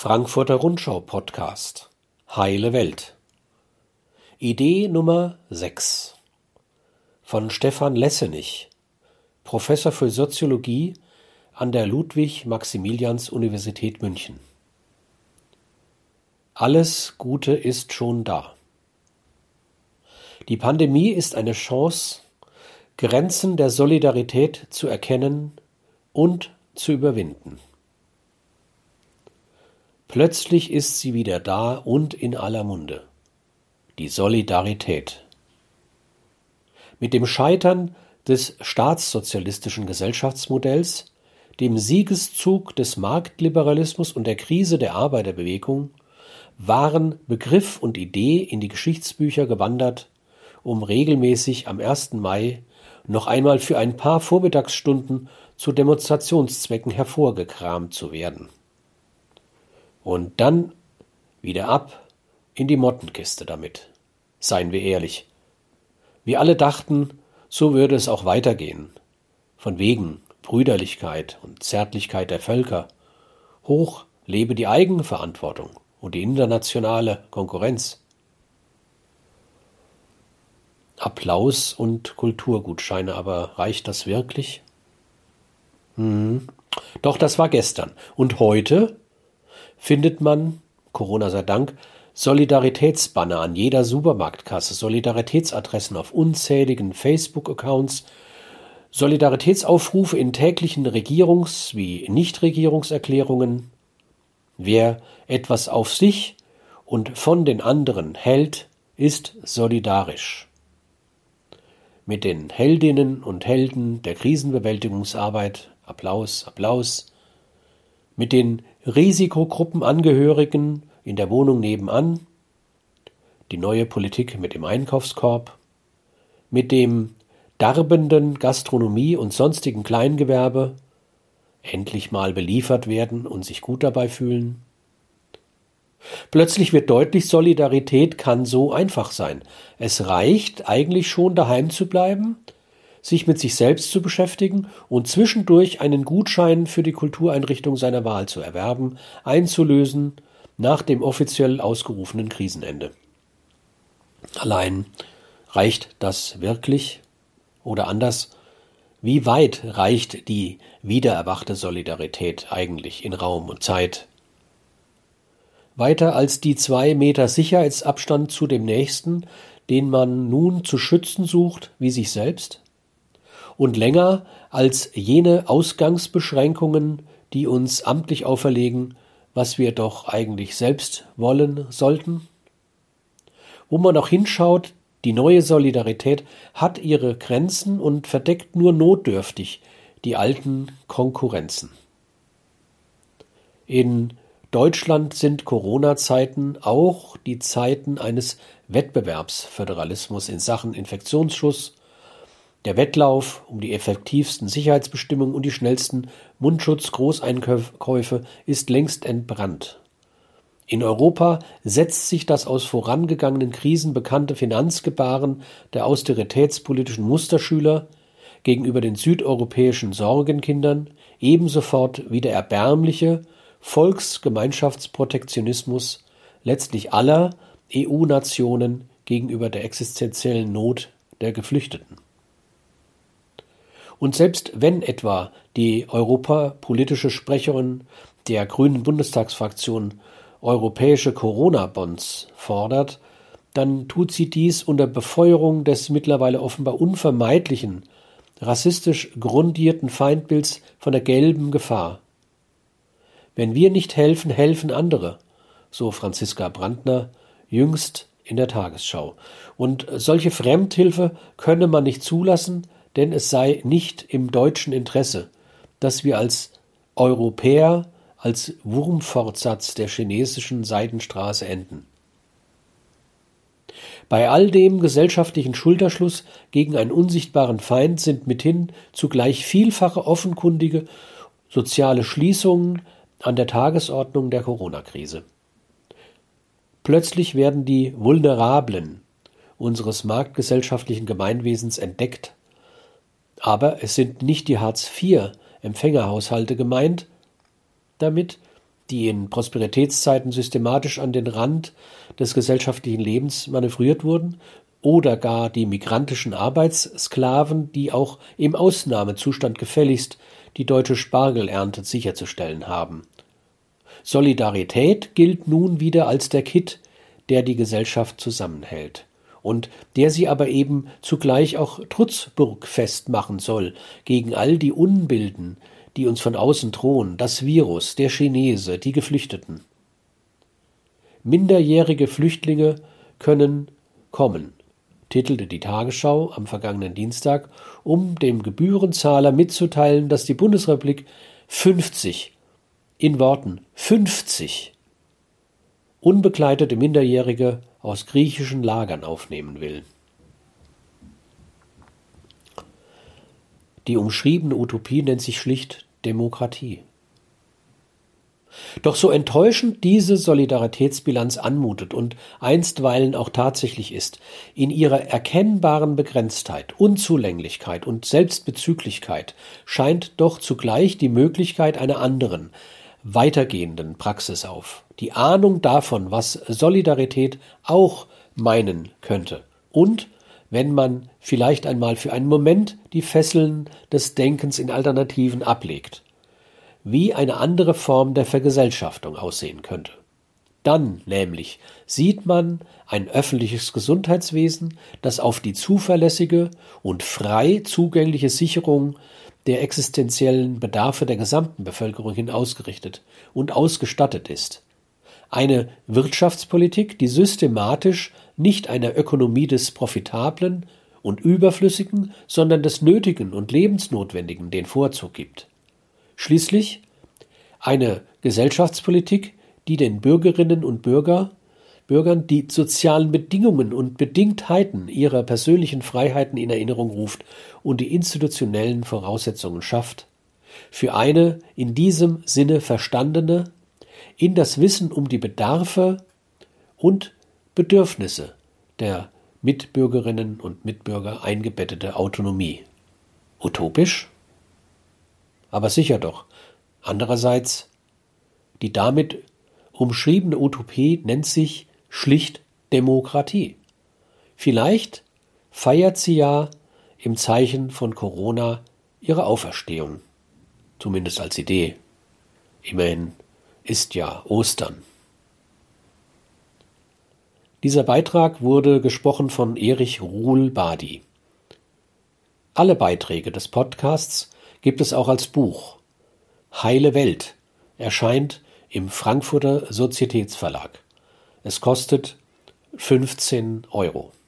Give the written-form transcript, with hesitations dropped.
Frankfurter Rundschau-Podcast Heile Welt. Idee Nummer 6 von Stefan Lessenich, Professor für Soziologie an der Ludwig-Maximilians-Universität München. Alles Gute ist schon da. Die Pandemie ist eine Chance, Grenzen der Solidarität zu erkennen und zu überwinden. Plötzlich ist sie wieder da und in aller Munde. Die Solidarität. Mit dem Scheitern des staatssozialistischen Gesellschaftsmodells, dem Siegeszug des Marktliberalismus und der Krise der Arbeiterbewegung waren Begriff und Idee in die Geschichtsbücher gewandert, um regelmäßig am 1. Mai noch einmal für ein paar Vormittagsstunden zu Demonstrationszwecken hervorgekramt zu werden. Und dann wieder ab in die Mottenkiste damit. Seien wir ehrlich. Wir alle dachten, so würde es auch weitergehen. Von wegen Brüderlichkeit und Zärtlichkeit der Völker. Hoch lebe die Eigenverantwortung und die internationale Konkurrenz. Applaus und Kulturgutscheine, aber reicht das wirklich? Doch, das war gestern. Und heute findet man, Corona sei Dank, Solidaritätsbanner an jeder Supermarktkasse, Solidaritätsadressen auf unzähligen Facebook-Accounts, Solidaritätsaufrufe in täglichen Regierungs- wie Nichtregierungserklärungen. Wer etwas auf sich und von den anderen hält, ist solidarisch. Mit den Heldinnen und Helden der Krisenbewältigungsarbeit, Applaus, Applaus, mit den Risikogruppenangehörigen in der Wohnung nebenan, die neue Politik mit dem Einkaufskorb, mit dem darbenden Gastronomie und sonstigen Kleingewerbe, endlich mal beliefert werden und sich gut dabei fühlen. Plötzlich wird deutlich, Solidarität kann so einfach sein. Es reicht eigentlich schon, daheim zu bleiben, sich mit sich selbst zu beschäftigen und zwischendurch einen Gutschein für die Kultureinrichtung seiner Wahl zu erwerben, einzulösen nach dem offiziell ausgerufenen Krisenende. Allein reicht das wirklich? Oder anders, wie weit reicht die wiedererwachte Solidarität eigentlich in Raum und Zeit? Weiter als die 2 Meter Sicherheitsabstand zu dem Nächsten, den man nun zu schützen sucht, wie sich selbst? Und länger als jene Ausgangsbeschränkungen, die uns amtlich auferlegen, was wir doch eigentlich selbst wollen sollten? Wo man auch hinschaut, die neue Solidarität hat ihre Grenzen und verdeckt nur notdürftig die alten Konkurrenzen. In Deutschland sind Corona-Zeiten auch die Zeiten eines Wettbewerbsföderalismus in Sachen Infektionsschutz. Der Wettlauf um die effektivsten Sicherheitsbestimmungen und die schnellsten Mundschutz-Großeinkäufe ist längst entbrannt. In Europa setzt sich das aus vorangegangenen Krisen bekannte Finanzgebaren der austeritätspolitischen Musterschüler gegenüber den südeuropäischen Sorgenkindern ebenso fort wie der erbärmliche Volksgemeinschaftsprotektionismus letztlich aller EU-Nationen gegenüber der existenziellen Not der Geflüchteten. Und selbst wenn etwa die europapolitische Sprecherin der Grünen Bundestagsfraktion europäische Corona-Bonds fordert, dann tut sie dies unter Befeuerung des mittlerweile offenbar unvermeidlichen, rassistisch grundierten Feindbilds von der gelben Gefahr. Wenn wir nicht helfen, helfen andere, so Franziska Brandner jüngst in der Tagesschau. Und solche Fremdhilfe könne man nicht zulassen, denn es sei nicht im deutschen Interesse, dass wir als Europäer als Wurmfortsatz der chinesischen Seidenstraße enden. Bei all dem gesellschaftlichen Schulterschluss gegen einen unsichtbaren Feind sind mithin zugleich vielfache offenkundige soziale Schließungen an der Tagesordnung der Corona-Krise. Plötzlich werden die Vulnerablen unseres marktgesellschaftlichen Gemeinwesens entdeckt. Aber es sind nicht die Hartz-IV-Empfängerhaushalte gemeint damit, die in Prosperitätszeiten systematisch an den Rand des gesellschaftlichen Lebens manövriert wurden, oder gar die migrantischen Arbeitssklaven, die auch im Ausnahmezustand gefälligst die deutsche Spargelernte sicherzustellen haben. Solidarität gilt nun wieder als der Kitt, der die Gesellschaft zusammenhält und der sie aber eben zugleich auch trutzburgfest machen soll gegen all die Unbilden, die uns von außen drohen, das Virus, der Chinese, die Geflüchteten. Minderjährige Flüchtlinge können kommen, titelte die Tagesschau am vergangenen Dienstag, um dem Gebührenzahler mitzuteilen, dass die Bundesrepublik 50, in Worten 50, unbegleitete Minderjährige aus griechischen Lagern aufnehmen will. Die umschriebene Utopie nennt sich schlicht Demokratie. Doch so enttäuschend diese Solidaritätsbilanz anmutet und einstweilen auch tatsächlich ist, in ihrer erkennbaren Begrenztheit, Unzulänglichkeit und Selbstbezüglichkeit scheint doch zugleich die Möglichkeit einer anderen, weitergehenden Praxis auf. Die Ahnung davon, was Solidarität auch meinen könnte. Und wenn man vielleicht einmal für einen Moment die Fesseln des Denkens in Alternativen ablegt, wie eine andere Form der Vergesellschaftung aussehen könnte. Dann nämlich sieht man ein öffentliches Gesundheitswesen, das auf die zuverlässige und frei zugängliche Sicherung der existenziellen Bedarfe der gesamten Bevölkerung hin ausgerichtet und ausgestattet ist. Eine Wirtschaftspolitik, die systematisch nicht einer Ökonomie des Profitablen und Überflüssigen, sondern des Nötigen und Lebensnotwendigen den Vorzug gibt. Schließlich eine Gesellschaftspolitik, die den Bürgerinnen und Bürgern die sozialen Bedingungen und Bedingtheiten ihrer persönlichen Freiheiten in Erinnerung ruft und die institutionellen Voraussetzungen schafft, für eine in diesem Sinne verstandene, in das Wissen um die Bedarfe und Bedürfnisse der Mitbürgerinnen und Mitbürger eingebettete Autonomie. Utopisch? Aber sicher doch. Andererseits, die damit umschriebene Utopie nennt sich schlicht Demokratie. Vielleicht feiert sie ja im Zeichen von Corona ihre Auferstehung, zumindest als Idee. Immerhin ist ja Ostern. Dieser Beitrag wurde gesprochen von Erich Ruhl-Badi. Alle Beiträge des Podcasts gibt es auch als Buch. Heile Welt erscheint im Frankfurter Sozietätsverlag. Es kostet 15 €.